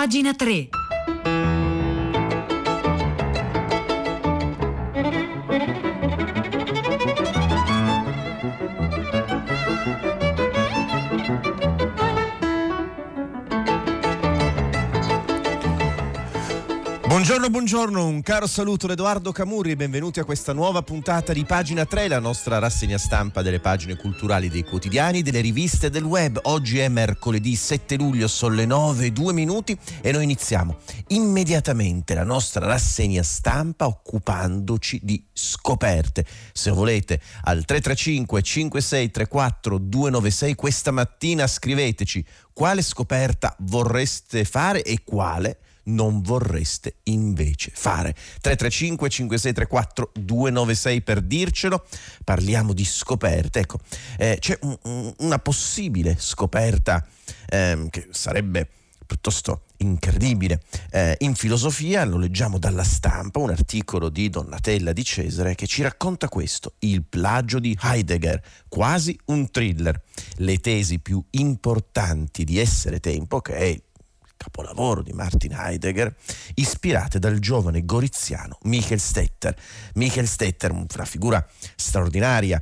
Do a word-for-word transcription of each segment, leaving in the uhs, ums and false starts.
Pagina tre. Buongiorno, buongiorno, un caro saluto da Edoardo Camurri e benvenuti a questa nuova puntata di Pagina tre, la nostra rassegna stampa delle pagine culturali dei quotidiani, delle riviste e del web. Oggi è mercoledì sette luglio, sono le nove e due minuti e noi iniziamo immediatamente la nostra rassegna stampa occupandoci di scoperte. Se volete al tre tre cinque cinque sei tre quattro due nove sei questa mattina scriveteci quale scoperta vorreste fare e quale non vorreste invece fare. tre tre cinque cinque sei tre quattro due nove sei per dircelo. Parliamo di scoperte. Ecco, eh, c'è un, un, una possibile scoperta eh, che sarebbe piuttosto incredibile eh, in filosofia. Lo leggiamo dalla Stampa, un articolo di Donatella Di Cesare che ci racconta questo: il plagio di Heidegger, quasi un thriller, le tesi più importanti di Essere Tempo, che è capolavoro di Martin Heidegger, ispirate dal giovane goriziano Michael Stetter. Michael Stetter, una figura straordinaria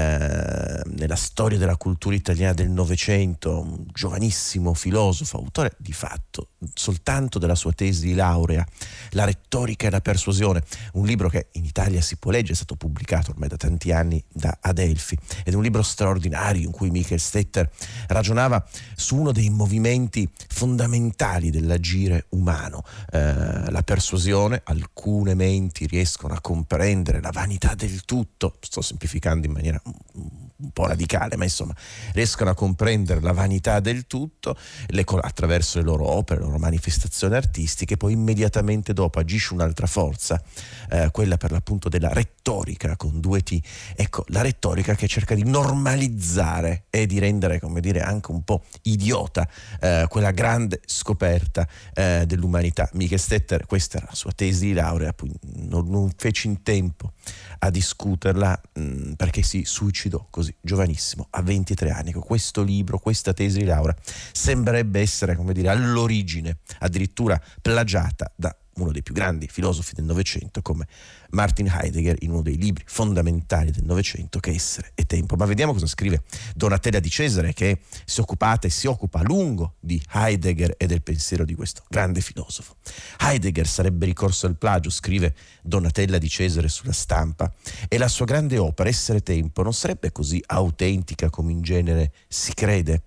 eh, nella storia della cultura italiana del Novecento, un giovanissimo filosofo, autore di fatto soltanto della sua tesi di laurea, La retorica e la persuasione, un libro che in Italia si può leggere, è stato pubblicato ormai da tanti anni da Adelphi, ed è un libro straordinario in cui Michael Stetter ragionava su uno dei movimenti fondamentali dell'agire umano, eh, la persuasione. Alcune menti riescono a comprendere la vanità del tutto, sto semplificando in maniera un po' radicale, ma insomma riescono a comprendere la vanità del tutto le, attraverso le loro opere, le loro manifestazioni artistiche. Poi immediatamente dopo agisce un'altra forza, eh, quella per l'appunto della retorica con due T. Ecco, la retorica che cerca di normalizzare e di rendere, come dire, anche un po' idiota eh, quella grande scoperta eh, dell'umanità. Michael Stetter, questa era la sua tesi di laurea, poi non, non fece in tempo a discuterla mh, perché si suicidò così giovanissimo, a ventitré anni. Con questo libro, questa tesi di laurea sembrerebbe essere, come dire, all'origine addirittura plagiata da uno dei più grandi filosofi del Novecento come Martin Heidegger, in uno dei libri fondamentali del Novecento che è Essere e Tempo. Ma vediamo cosa scrive Donatella Di Cesare, che si è occupata e si occupa a lungo di Heidegger e del pensiero di questo grande filosofo. Heidegger sarebbe ricorso al plagio, scrive Donatella Di Cesare sulla Stampa, e la sua grande opera Essere Tempo non sarebbe così autentica come in genere si crede.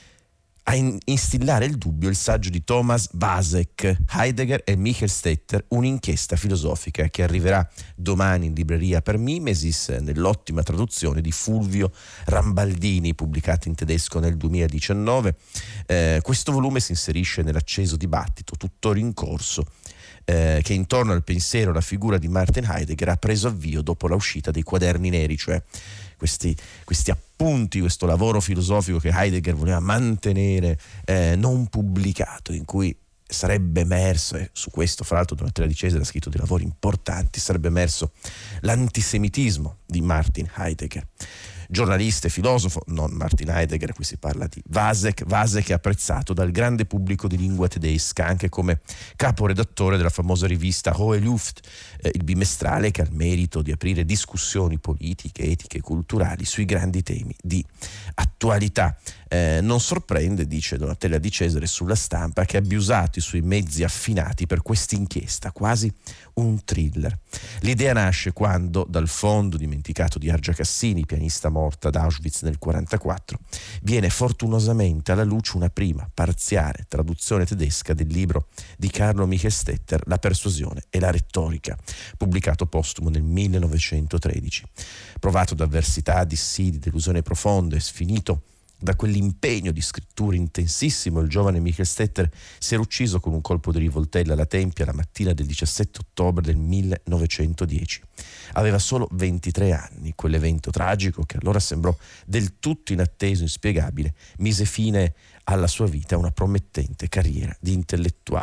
A instillare il dubbio il saggio di Thomas Vasek, Heidegger e Michael Stetter, un'inchiesta filosofica, che arriverà domani in libreria per Mimesis nell'ottima traduzione di Fulvio Rambaldini, pubblicata in tedesco nel duemiladiciannove. Eh, questo volume si inserisce nell'acceso dibattito tuttora in corso eh, che intorno al pensiero e alla figura di Martin Heidegger ha preso avvio dopo la uscita dei Quaderni Neri, cioè questi, questi appunti, questo lavoro filosofico che Heidegger voleva mantenere eh, non pubblicato, in cui sarebbe emerso, e su questo fra l'altro Donatella Di Cesare ha scritto dei lavori importanti, sarebbe emerso l'antisemitismo di Martin Heidegger. Giornalista e filosofo, non Martin Heidegger, qui si parla di Vasek. Vasek è apprezzato dal grande pubblico di lingua tedesca anche come caporedattore della famosa rivista Hohe Luft, eh, il bimestrale che ha il merito di aprire discussioni politiche, etiche e culturali sui grandi temi di attualità. Eh, non sorprende, dice Donatella Di Cesare sulla Stampa, che abbia usato i suoi mezzi affinati per questa inchiesta, quasi un thriller. L'idea nasce quando, dal fondo dimenticato di Argia Cassini, pianista morta ad Auschwitz nel quarantaquattro, viene fortunosamente alla luce una prima, parziale traduzione tedesca del libro di Carlo Michael Stetter, La persuasione e la retorica, pubblicato postumo nel millenovecentotredici. Provato da avversità, dissidi, delusioni profonde, sfinito da quell'impegno di scrittura intensissimo, il giovane Michael Stetter si era ucciso con un colpo di rivoltella alla tempia la mattina del diciassette ottobre del millenovecentodieci. Aveva solo ventitré anni. Quell'evento tragico, che allora sembrò del tutto inatteso e inspiegabile, mise fine alla sua vita, a una promettente carriera di intellettuale.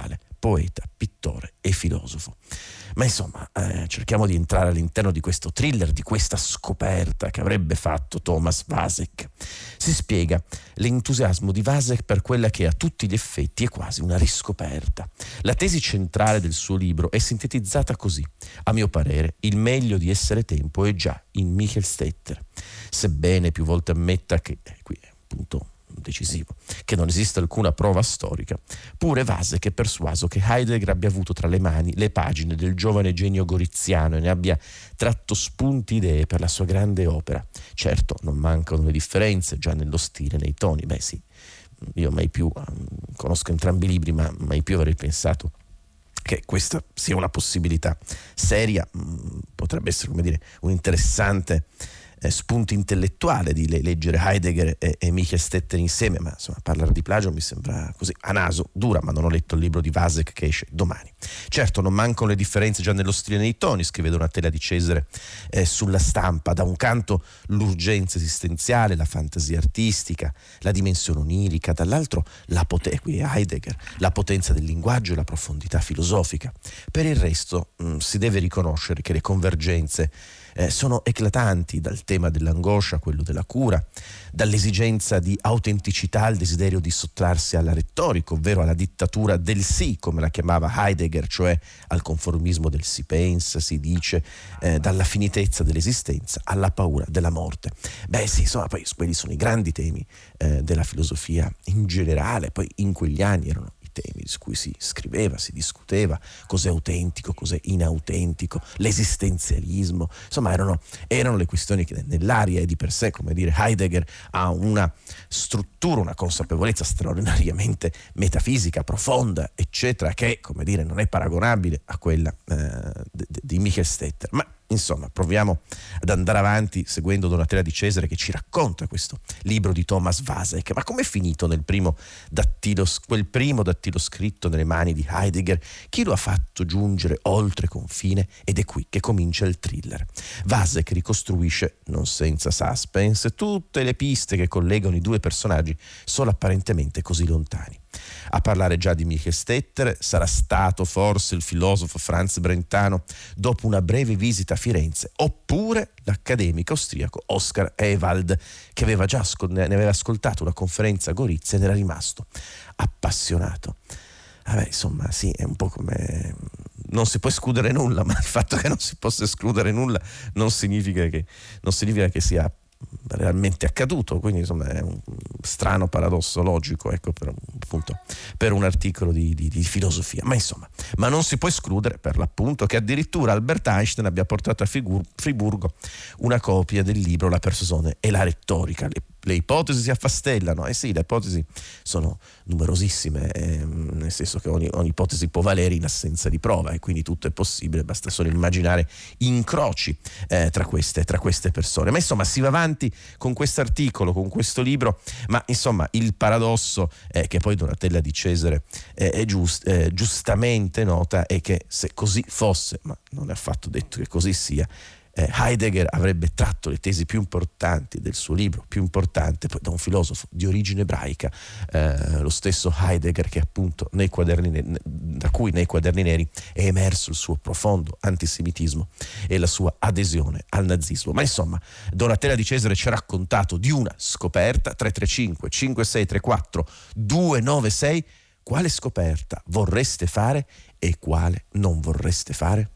poeta, pittore e filosofo. Ma insomma, eh, cerchiamo di entrare all'interno di questo thriller, di questa scoperta che avrebbe fatto Thomas Vasek. Si spiega l'entusiasmo di Vasek per quella che a tutti gli effetti è quasi una riscoperta. La tesi centrale del suo libro è sintetizzata così: a mio parere, il meglio di Essere Tempo è già in Michael Stetter. Sebbene più volte ammetta che, eh, qui è appunto decisivo, che non esiste alcuna prova storica, pure Vasek è persuaso che Heidegger abbia avuto tra le mani le pagine del giovane genio goriziano e ne abbia tratto spunti idee per la sua grande opera. Certo, non mancano le differenze già nello stile, nei toni. Beh sì, io mai più um, conosco entrambi i libri, ma mai più avrei pensato che questa sia una possibilità seria. Mh, potrebbe essere, come dire, un interessante Eh, spunto intellettuale di le- leggere Heidegger e, e Michael Stetter insieme, ma insomma parlare di plagio mi sembra così a naso dura, ma non ho letto il libro di Vasek che esce domani. Certo, non mancano le differenze già nello stile e nei toni, scrive Donatella Di Cesare eh, sulla Stampa. Da un canto l'urgenza esistenziale, la fantasia artistica, la dimensione onirica, dall'altro la potenza, qui è Heidegger, la potenza del linguaggio e la profondità filosofica. Per il resto mh, si deve riconoscere che le convergenze Eh, sono eclatanti, dal tema dell'angoscia a quello della cura, dall'esigenza di autenticità al desiderio di sottrarsi alla retorica, ovvero alla dittatura del sì, come la chiamava Heidegger, cioè al conformismo del si pensa, si dice, eh, dalla finitezza dell'esistenza alla paura della morte. Beh sì, insomma, poi quelli sono i grandi temi eh, della filosofia in generale. Poi in quegli anni erano temi su cui si scriveva, si discuteva: cos'è autentico, cos'è inautentico, l'esistenzialismo, insomma erano, erano le questioni che nell'aria, e di per sé, come dire, Heidegger ha una struttura, una consapevolezza straordinariamente metafisica, profonda, eccetera, che, come dire, non è paragonabile a quella eh, di, di Michael Stetter. Ma insomma, proviamo ad andare avanti seguendo Donatella Di Cesare, che ci racconta questo libro di Thomas Vasek. Ma com'è finito nel primo dattilo, quel primo dattilo scritto nelle mani di Heidegger? Chi lo ha fatto giungere oltre confine? Ed è qui che comincia il thriller. Vasek ricostruisce, non senza suspense, tutte le piste che collegano i due personaggi solo apparentemente così lontani. A parlare già di Michael Stetter sarà stato forse il filosofo Franz Brentano dopo una breve visita a Firenze, oppure l'accademico austriaco Oscar Ewald, che aveva già ascol- ne aveva ascoltato una conferenza a Gorizia ed era rimasto appassionato. Vabbè, insomma, sì, è un po' come non si può escludere nulla, ma il fatto che non si possa escludere nulla non significa che, non significa che sia realmente accaduto, quindi insomma è un strano paradosso logico, ecco, per, appunto, per un articolo di, di, di filosofia. Ma insomma, ma non si può escludere per l'appunto che addirittura Albert Einstein abbia portato a Figur- Friburgo una copia del libro La persuasione e la retorica. Le, le ipotesi si affastellano, eh sì, le ipotesi sono numerosissime, eh, nel senso che ogni, ogni ipotesi può valere in assenza di prova, e quindi tutto è possibile, basta solo immaginare incroci eh, tra queste, tra queste persone. Ma insomma si va avanti con questo articolo, con questo libro, ma insomma il paradosso eh, che poi Donatella Di Cesare eh, è giust, eh, giustamente nota è che se così fosse, ma non è affatto detto che così sia, Eh, Heidegger avrebbe tratto le tesi più importanti del suo libro, più importante poi da un filosofo di origine ebraica, eh, lo stesso Heidegger, che appunto nei quaderni, da cui nei Quaderni Neri è emerso il suo profondo antisemitismo e la sua adesione al nazismo. Ma insomma, Donatella Di Cesare ci ha raccontato di una scoperta. Tre tre cinque cinque sei tre quattro due nove sei. Quale scoperta vorreste fare e quale non vorreste fare?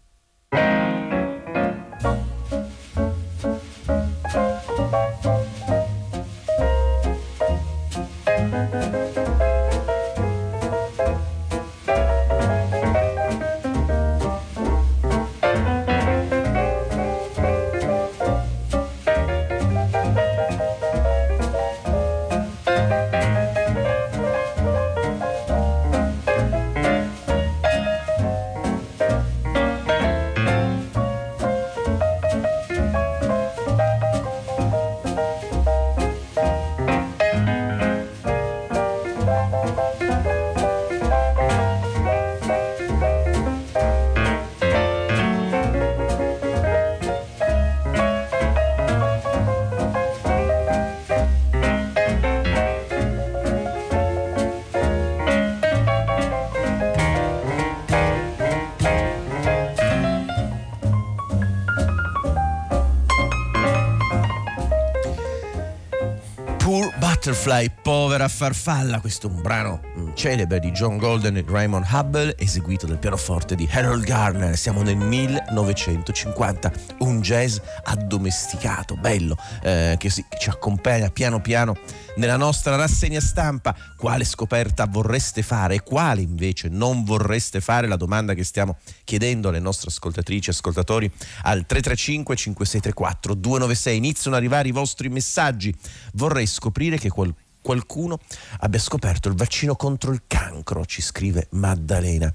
Butterfly, povera farfalla, questo è un brano celebre di John Golden e Raymond Hubble, eseguito dal pianoforte di Harold Garner. Siamo nel millenovecentocinquanta, un jazz addomesticato, bello, eh, che, si, che ci accompagna piano piano nella nostra rassegna stampa. Quale scoperta vorreste fare e quale invece non vorreste fare? La domanda che stiamo chiedendo alle nostre ascoltatrici e ascoltatori al tre tre cinque cinque sei tre quattro due nove sei. Iniziano ad arrivare i vostri messaggi. Vorrei scoprire che qual- qualcuno abbia scoperto il vaccino contro il cancro, ci scrive Maddalena.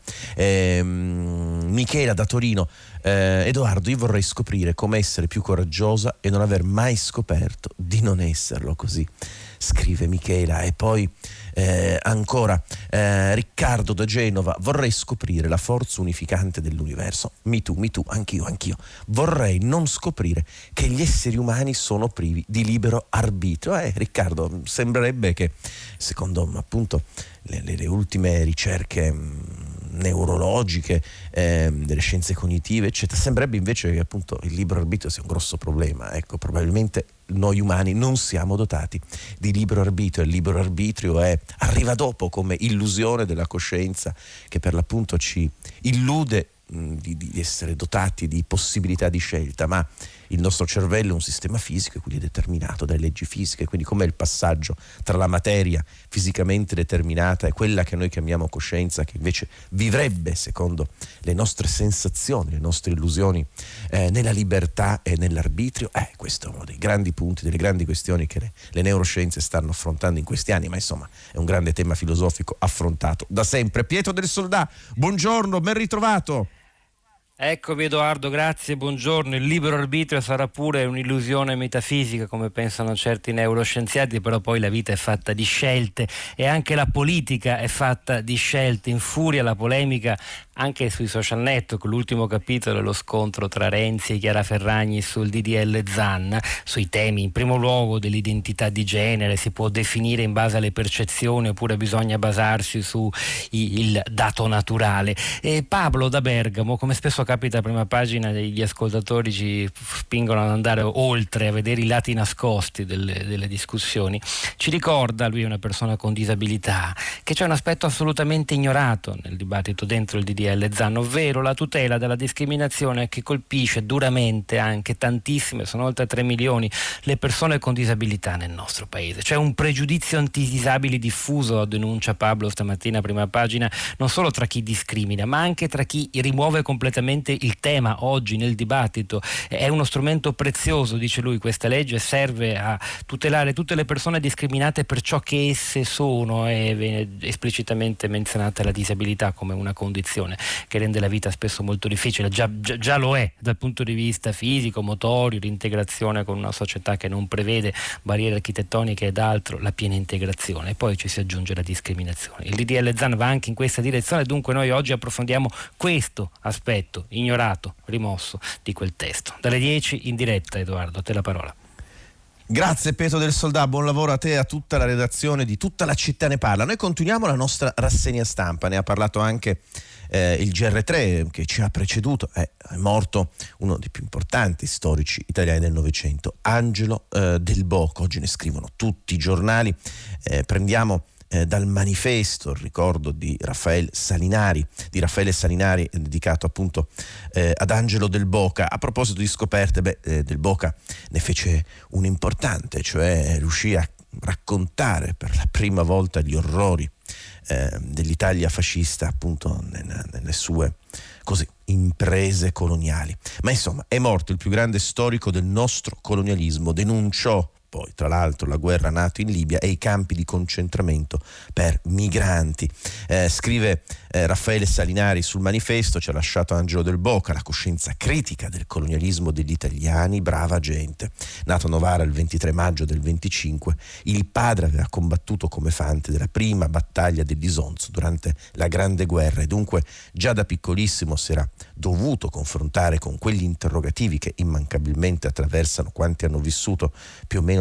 ehm, Michela da Torino: eh, Edoardo, io vorrei scoprire come essere più coraggiosa e non aver mai scoperto di non esserlo. Così scrive Michela. E poi eh, ancora eh, Riccardo da Genova: vorrei scoprire la forza unificante dell'universo. Mi tu, mi tu, anch'io, anch'io. Vorrei non scoprire che gli esseri umani sono privi di libero arbitrio. Eh, Riccardo, sembrerebbe che, secondo appunto le, le, le ultime ricerche mh, neurologiche, eh, delle scienze cognitive, eccetera, sembrerebbe invece che appunto il libero arbitrio sia un grosso problema. Ecco, probabilmente noi umani non siamo dotati di libero arbitrio. Il libero arbitrio è, arriva dopo come illusione della coscienza, che per l'appunto ci illude mh, di, di essere dotati di possibilità di scelta, ma il nostro cervello è un sistema fisico e quindi è determinato dalle leggi fisiche. Quindi com'è il passaggio tra la materia fisicamente determinata e quella che noi chiamiamo coscienza, che invece vivrebbe secondo le nostre sensazioni, le nostre illusioni, eh, nella libertà e nell'arbitrio? Eh, questo è uno dei grandi punti, delle grandi questioni che le, le neuroscienze stanno affrontando in questi anni, ma insomma è un grande tema filosofico affrontato da sempre. Pietro del Soldà, buongiorno, ben ritrovato. Eccomi Edoardo, grazie, buongiorno. Il libero arbitrio sarà pure un'illusione metafisica, come pensano certi neuroscienziati, però poi la vita è fatta di scelte e anche la politica è fatta di scelte. Infuria la polemica anche sui social network. L'ultimo capitolo è lo scontro tra Renzi e Chiara Ferragni sul D D L Zan, sui temi in primo luogo dell'identità di genere. Si può definire in base alle percezioni oppure bisogna basarsi su il dato naturale. E Pablo da Bergamo, come spesso capita a prima pagina, gli ascoltatori ci spingono ad andare oltre, a vedere i lati nascosti delle, delle discussioni. Ci ricorda, lui è una persona con disabilità, che c'è un aspetto assolutamente ignorato nel dibattito dentro il D D L Zan, ovvero la tutela della discriminazione che colpisce duramente anche tantissime, sono oltre tre milioni, le persone con disabilità nel nostro paese. C'è un pregiudizio antidisabili diffuso, denuncia Pablo stamattina a prima pagina, non solo tra chi discrimina, ma anche tra chi rimuove completamente il tema oggi nel dibattito. È uno strumento prezioso, dice lui, questa legge serve a tutelare tutte le persone discriminate per ciò che esse sono, e viene esplicitamente menzionata la disabilità come una condizione che rende la vita spesso molto difficile. Già, già, già lo è dal punto di vista fisico, motorio, l'integrazione con una società che non prevede barriere architettoniche ed altro, la piena integrazione, e poi ci si aggiunge la discriminazione. Il D D L Zan va anche in questa direzione, dunque noi oggi approfondiamo questo aspetto ignorato, rimosso di quel testo. Dalle dieci in diretta, Edoardo, a te la parola. Grazie Pietro del Soldà, buon lavoro a te e a tutta la redazione di Tutta la città ne parla. Noi continuiamo la nostra rassegna stampa, ne ha parlato anche eh, il G R tre che ci ha preceduto. È, è morto uno dei più importanti storici italiani del Novecento, Angelo eh, Del Boca. Oggi ne scrivono tutti i giornali. Eh, prendiamo Eh, dal manifesto il ricordo di Raffaele Salinari, di Raffaele Salinari, eh, dedicato appunto eh, ad Angelo Del Boca. A proposito di scoperte, beh, eh, Del Boca ne fece un'importante, cioè riuscì a raccontare per la prima volta gli orrori eh, dell'Italia fascista, appunto nelle, nelle sue così imprese coloniali. Ma insomma è morto il più grande storico del nostro colonialismo. Denunciò poi tra l'altro la guerra NATO in Libia e i campi di concentramento per migranti. Eh, scrive eh, Raffaele Salinari sul manifesto: ci ha lasciato Angelo Del Boca, la coscienza critica del colonialismo degli italiani, brava gente. Nato a Novara il ventitré maggio del venticinque, il padre aveva combattuto come fante della prima battaglia dell'Isonzo durante la Grande Guerra e dunque già da piccolissimo si era dovuto confrontare con quegli interrogativi che immancabilmente attraversano quanti hanno vissuto più o meno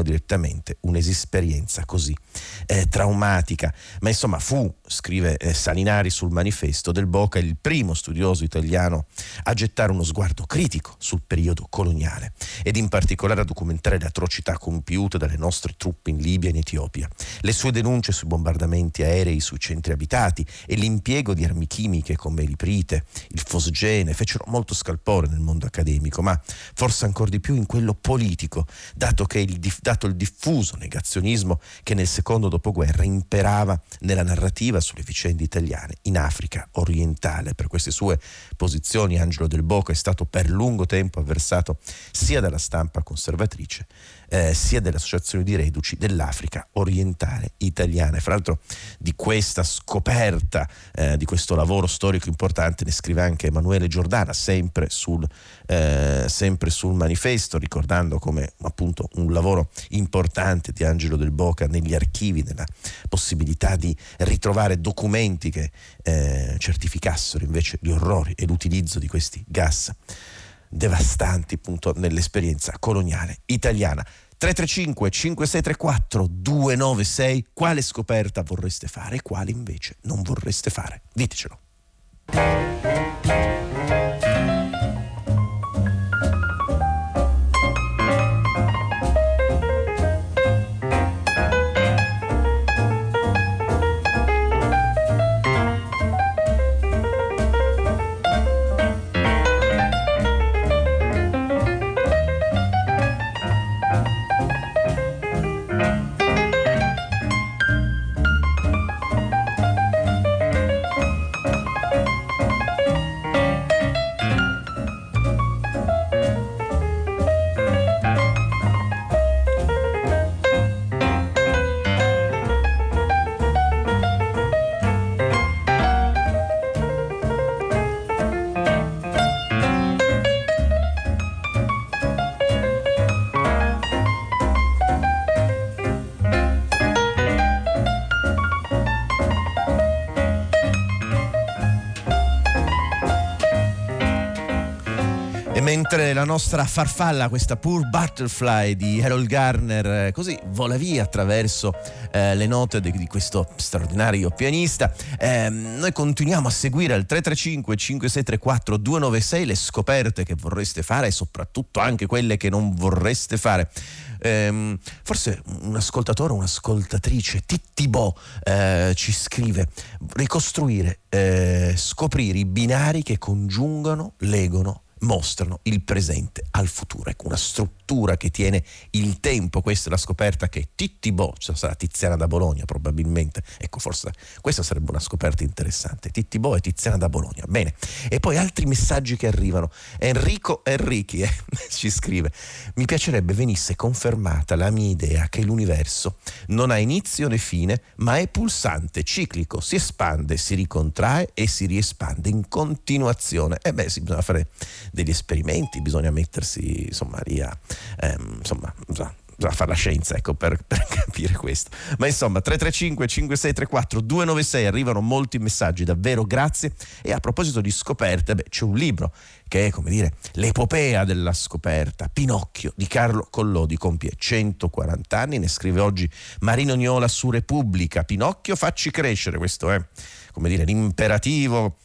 direttamente un'esperienza così eh, traumatica. Ma insomma fu, scrive eh, Salinari sul manifesto, Del Boca il primo studioso italiano a gettare uno sguardo critico sul periodo coloniale ed in particolare a documentare le atrocità compiute dalle nostre truppe in Libia e in Etiopia. Le sue denunce sui bombardamenti aerei sui centri abitati e l'impiego di armi chimiche come l'iprite, il fosgene fecero molto scalpore nel mondo accademico, ma forse ancora di più in quello politico, dato che il, dato il diffuso negazionismo che nel secondo dopoguerra imperava nella narrativa sulle vicende italiane in Africa orientale. Per queste sue posizioni Angelo Del Boca è stato per lungo tempo avversato sia dalla stampa conservatrice eh, sia delle associazioni di reduci dell'Africa orientale italiana. E fra l'altro di questa scoperta, eh, di questo lavoro storico importante ne scrive anche Emanuele Giordana, sempre sul, eh, sempre sul manifesto, ricordando come appunto un lavoro importante di Angelo Del Boca negli archivi, nella possibilità di ritrovare documenti che eh, certificassero invece gli orrori e l'utilizzo di questi gas devastanti appunto nell'esperienza coloniale italiana. tre tre cinque cinque sei tre quattro due nove sei, quale scoperta vorreste fare e quale invece non vorreste fare? Ditecelo. Mentre la nostra farfalla, questa Poor Butterfly di Harold Garner, così vola via attraverso eh, le note di, di questo straordinario pianista, eh, noi continuiamo a seguire al tre tre cinque cinque sei tre quattro due nove sei le scoperte che vorreste fare e soprattutto anche quelle che non vorreste fare. Eh, forse un ascoltatore o un'ascoltatrice, Titti Bo, eh, ci scrive: ricostruire, eh, scoprire i binari che congiungono, legano, mostrano il presente al futuro. Ecco, una struttura che tiene il tempo. Questa è la scoperta che Titti Bo, cioè sarà Tiziana da Bologna probabilmente, ecco, forse questa sarebbe una scoperta interessante. Titti Bo e Tiziana da Bologna. Bene, e poi altri messaggi che arrivano. Enrico Enrichi eh, ci scrive: mi piacerebbe venisse confermata la mia idea che l'universo non ha inizio né fine, ma è pulsante, ciclico, si espande, si ricontrae e si riespande in continuazione. E beh, sì, bisogna fare degli esperimenti, bisogna mettersi insomma lì a ehm, insomma bisogna fare la scienza, ecco, per, per capire questo. Ma insomma, tre tre cinque cinque sei tre quattro due nove sei, arrivano molti messaggi, davvero grazie. E a proposito di scoperte, beh, c'è un libro che è, come dire, l'epopea della scoperta. Pinocchio di Carlo Collodi compie centoquaranta anni, ne scrive oggi Marino Niola su Repubblica. Pinocchio facci crescere, questo è, come dire, l'imperativo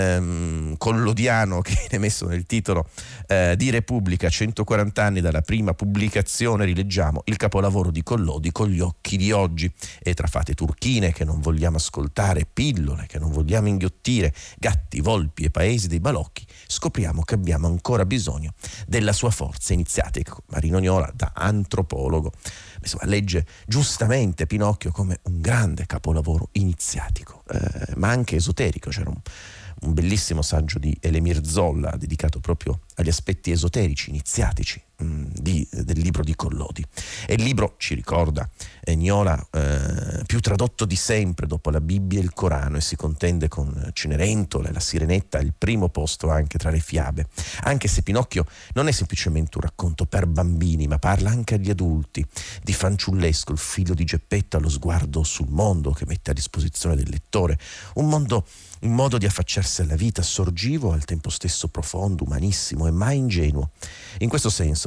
ehm, collodiano che viene messo nel titolo eh, di Repubblica. Centoquaranta anni dalla prima pubblicazione, rileggiamo il capolavoro di Collodi con gli occhi di oggi. E tra fate turchine che non vogliamo ascoltare, pillole che non vogliamo inghiottire, gatti, volpi e paesi dei balocchi, scopriamo che abbiamo ancora bisogno della sua forza. Iniziate. Ecco, Marino Niola, da antropologo, insomma, legge giustamente Pinocchio come un grande capolavoro iniziatico, eh, ma anche esoterico. C'era un, un bellissimo saggio di Elemir Zolla dedicato proprio agli aspetti esoterici, iniziatici mh, di, del libro di Collodi. E il libro, ci ricorda eh, Niola, eh, più tradotto di sempre dopo la Bibbia e il Corano, e si contende con Cenerentola e la Sirenetta al primo posto anche tra le fiabe. Anche se Pinocchio non è semplicemente un racconto per bambini, ma parla anche agli adulti, di fanciullesco, il figlio di Geppetto allo sguardo sul mondo che mette a disposizione del lettore, un mondo, un modo di affacciarsi alla vita sorgivo, al tempo stesso profondo, umanissimo e mai ingenuo. In questo senso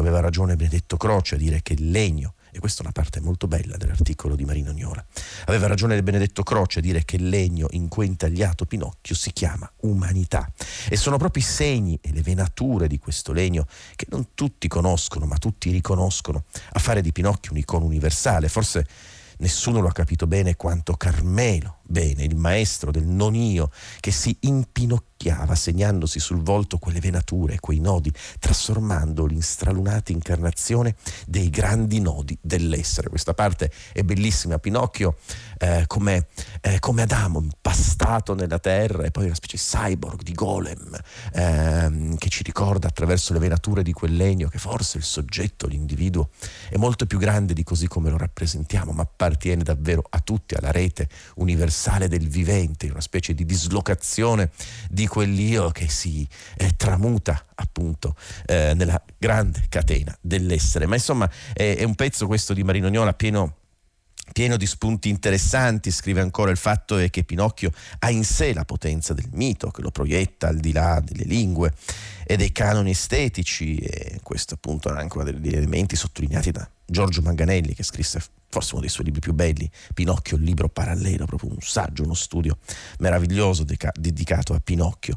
aveva ragione Benedetto Croce a dire che il legno, e questa è una parte molto bella dell'articolo di Marino Niola, aveva ragione Benedetto Croce a dire che il legno in cui è intagliato Pinocchio si chiama umanità, e sono proprio i segni e le venature di questo legno che non tutti conoscono ma tutti riconoscono a fare di Pinocchio un'icona universale. Forse nessuno lo ha capito bene quanto Carmelo Bene, il maestro del non io, che si impinocchiava segnandosi sul volto quelle venature, quei nodi, trasformandoli in stralunata incarnazione dei grandi nodi dell'essere. Questa parte è bellissima. Pinocchio eh, come, eh, come Adamo, impastato nella terra, e poi una specie di cyborg, di golem, eh, che ci ricorda attraverso le venature di quel legno che forse il soggetto, l'individuo, è molto più grande di così come lo rappresentiamo, ma appartiene davvero a tutti, alla rete universale del vivente, una specie di dislocazione di quell'io che si eh, tramuta appunto eh, nella grande catena dell'essere. Ma insomma è, è un pezzo questo di Marino Niola pieno pieno di spunti interessanti. Scrive ancora: il fatto è che Pinocchio ha in sé la potenza del mito, che lo proietta al di là delle lingue e dei canoni estetici, e questo appunto è anche uno degli elementi sottolineati da Giorgio Manganelli, che scrisse forse uno dei suoi libri più belli, Pinocchio, il libro parallelo, proprio un saggio, uno studio meraviglioso deca- dedicato a Pinocchio.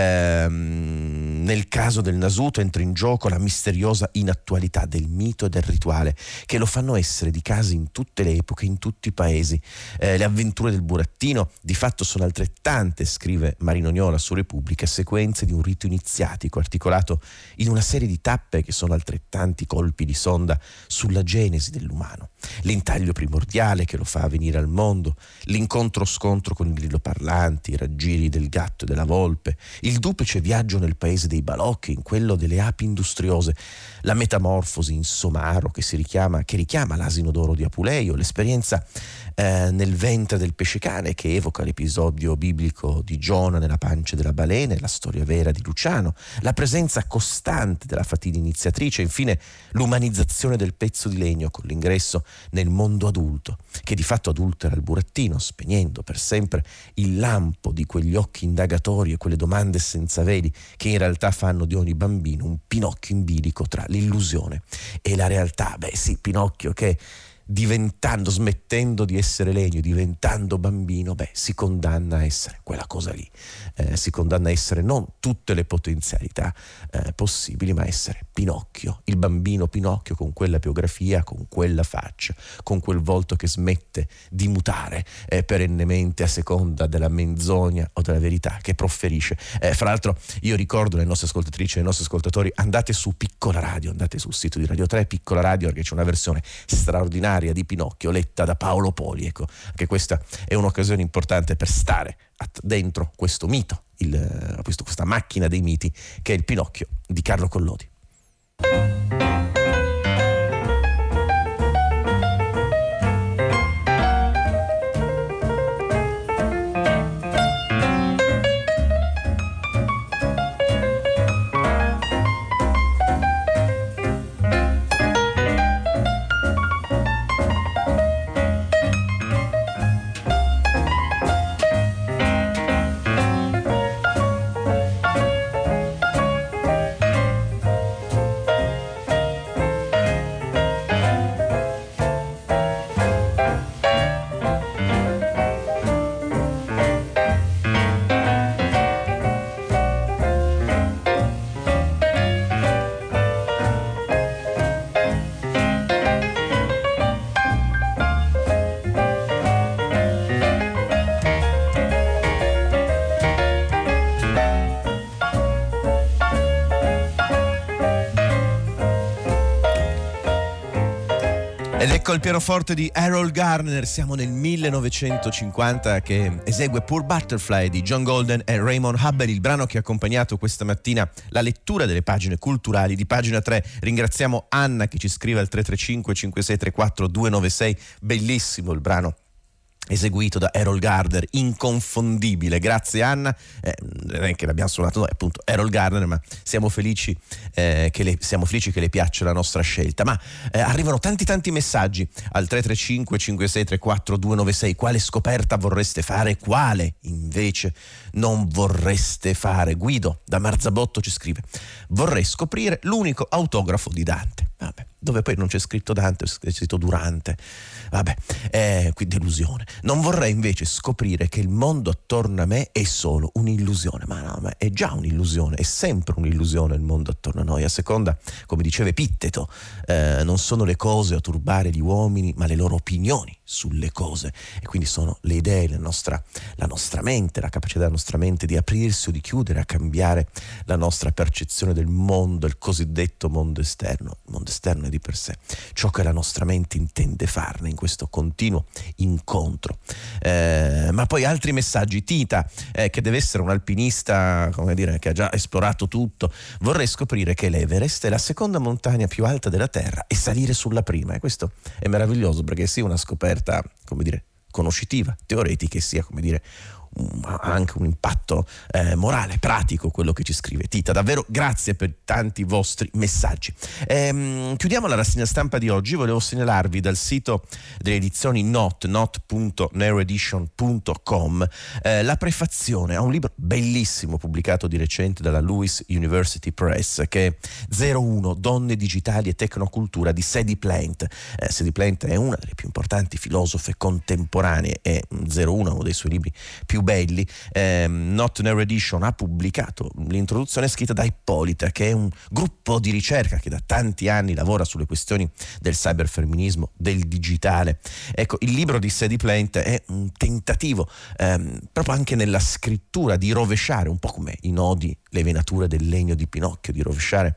Ehm, nel caso del Nasuto entra in gioco la misteriosa inattualità del mito e del rituale, che lo fanno essere di casa in tutte le epoche, in tutti i paesi. Eh, le avventure del burattino di fatto sono altrettante, scrive Marino Niola su Repubblica, sequenze di un rito iniziatico articolato in una serie di tappe che sono altrettanti colpi di sonda sulla genesi dell'umano. L'intaglio primordiale che lo fa venire al mondo, l'incontro-scontro con il grillo parlante, i raggiri del gatto e della volpe, il duplice viaggio nel paese dei balocchi, in quello delle api industriose, la metamorfosi in somaro che si richiama, che richiama l'asino d'oro di Apuleio, l'esperienza eh, nel ventre del pesce cane che evoca l'episodio biblico di Giona nella pancia della balena, la storia vera di Luciano, la presenza costante della fatina iniziatrice, infine l'umanizzazione del pezzo di legno con l'ingresso nel mondo adulto, che di fatto adultera il burattino, spegnendo per sempre il lampo di quegli occhi indagatori e quelle domande senza veli che in realtà fanno di ogni bambino un Pinocchio in bilico tra l'illusione e la realtà. Beh sì, Pinocchio che diventando, smettendo di essere legno, diventando bambino, beh, si condanna a essere quella cosa lì, eh, si condanna a essere non tutte le potenzialità eh, possibili, ma essere Pinocchio, il bambino Pinocchio con quella biografia, con quella faccia, con quel volto che smette di mutare eh, perennemente a seconda della menzogna o della verità che proferisce. Eh, fra l'altro io ricordo le nostre ascoltatrici e ai nostri ascoltatori: andate su Piccola Radio, andate sul sito di Radio tre, Piccola Radio, perché c'è una versione straordinaria di Pinocchio letta da Paolo Poli. Ecco, che questa è un'occasione importante per stare dentro questo mito, il, questo, questa macchina dei miti che è il Pinocchio di Carlo Collodi. Ed ecco il pianoforte di Harold Garner. Siamo nel millenovecentocinquanta, che esegue Poor Butterfly di John Golden e Raymond Hubble, il brano che ha accompagnato questa mattina la lettura delle pagine culturali di Pagina tre. Ringraziamo Anna che ci scrive al tre tre cinque cinque sei tre quattro due nove sei, bellissimo il brano eseguito da Errol Garner, inconfondibile. Grazie Anna, eh, non è che l'abbiamo suonato noi, appunto Errol Garner, ma siamo felici, eh, che le, siamo felici che le piaccia la nostra scelta. Ma eh, arrivano tanti tanti messaggi al tre tre cinque cinque sei tre quattro due nove sei. Quale scoperta vorreste fare? Quale invece non vorreste fare? Guido da Marzabotto ci scrive: vorrei scoprire l'unico autografo di Dante. Vabbè, dove poi non c'è scritto Dante, c'è scritto Durante. Vabbè, eh, qui delusione. Non vorrei invece scoprire che il mondo attorno a me è solo un'illusione. Ma no, ma è già un'illusione, è sempre un'illusione il mondo attorno a noi. A seconda, come diceva Epitteto, eh, non sono le cose a turbare gli uomini, ma le loro opinioni sulle cose. E quindi sono le idee, la nostra, la nostra mente, la capacità della nostra mente di aprirsi o di chiudere, a cambiare la nostra percezione del mondo, il cosiddetto mondo esterno. Il mondo esterno è di per sé ciò che la nostra mente intende farne in questo continuo incontro. Eh, ma poi altri messaggi. Tita, eh, che deve essere un alpinista, come dire, che ha già esplorato tutto: vorrei scoprire che l'Everest è la seconda montagna più alta della Terra e salire sulla prima. E questo è meraviglioso, perché sia una scoperta, come dire, conoscitiva, teoretica, e sia, come dire, ha anche un impatto eh, morale, pratico, quello che ci scrive Tita. Davvero grazie per tanti vostri messaggi. Ehm, chiudiamo la rassegna stampa di oggi. Volevo segnalarvi dal sito delle edizioni Not, not punto neuroedition punto com, eh, la prefazione a un libro bellissimo pubblicato di recente dalla Lewis University Press, che è zero uno Donne digitali e tecnocultura di Sadie Plant. eh, Sadie Plant è una delle più importanti filosofe contemporanee e zero uno è uno dei suoi libri più belli. eh, Not Neuroedition ha pubblicato l'introduzione scritta da Ippolita, che è un gruppo di ricerca che da tanti anni lavora sulle questioni del cyberfemminismo, del digitale. Ecco, il libro di Sadie Plant è un tentativo ehm, proprio anche nella scrittura di rovesciare un po' come i nodi, le venature del legno di Pinocchio, di rovesciare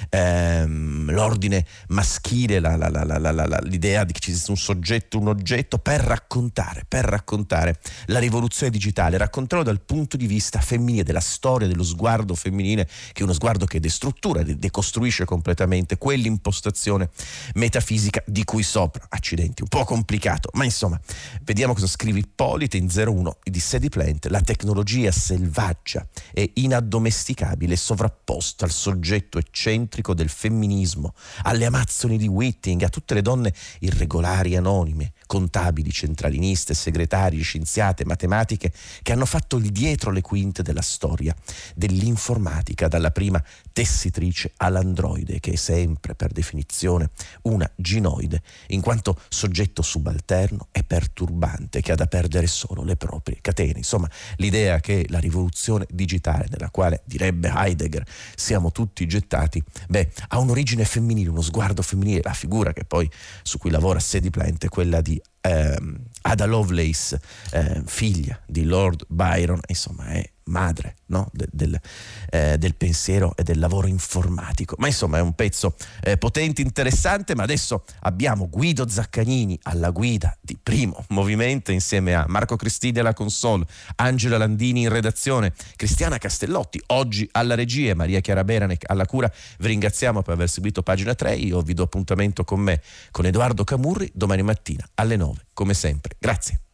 ehm, l'ordine maschile, la, la, la, la, la, la, l'idea di che ci sia un soggetto, un oggetto, per raccontare, per raccontare la rivoluzione digitale, raccontarlo dal punto di vista femminile, della storia, dello sguardo femminile, che è uno sguardo che destruttura, decostruisce completamente quell'impostazione metafisica di cui sopra. Accidenti, un po' complicato, ma insomma, vediamo cosa scrive Ippolita in zero uno di Sadie Plant: la tecnologia selvaggia e inaddomesticabile è sovrapposta al soggetto eccentrico del femminismo, alle amazzoni di Whitting, a tutte le donne irregolari, anonime, contabili, centraliniste, segretarie, scienziate, matematiche, che hanno fatto il dietro le quinte della storia dell'informatica, dalla prima tessitrice all'androide, che è sempre per definizione una ginoide, in quanto soggetto subalterno e perturbante che ha da perdere solo le proprie catene. Insomma, l'idea che la rivoluzione digitale, nella quale, direbbe Heidegger, siamo tutti gettati, beh, ha un'origine femminile, uno sguardo femminile. La figura che poi su cui lavora Sadie Plant è quella di eh, Ada Lovelace, eh, figlia di Lord Byron, insomma è madre, no? de, del, eh, del pensiero e del lavoro informatico. Ma insomma è un pezzo eh, potente, interessante. Ma adesso abbiamo Guido Zaccagnini alla guida di Primo Movimento, insieme a Marco Cristini alla console, Angela Landini in redazione, Cristiana Castellotti oggi alla regia e Maria Chiara Beranec alla cura. Vi ringraziamo per aver seguito Pagina tre. Io vi do appuntamento con me, con Edoardo Camurri, domani mattina alle nove, come sempre. Grazie.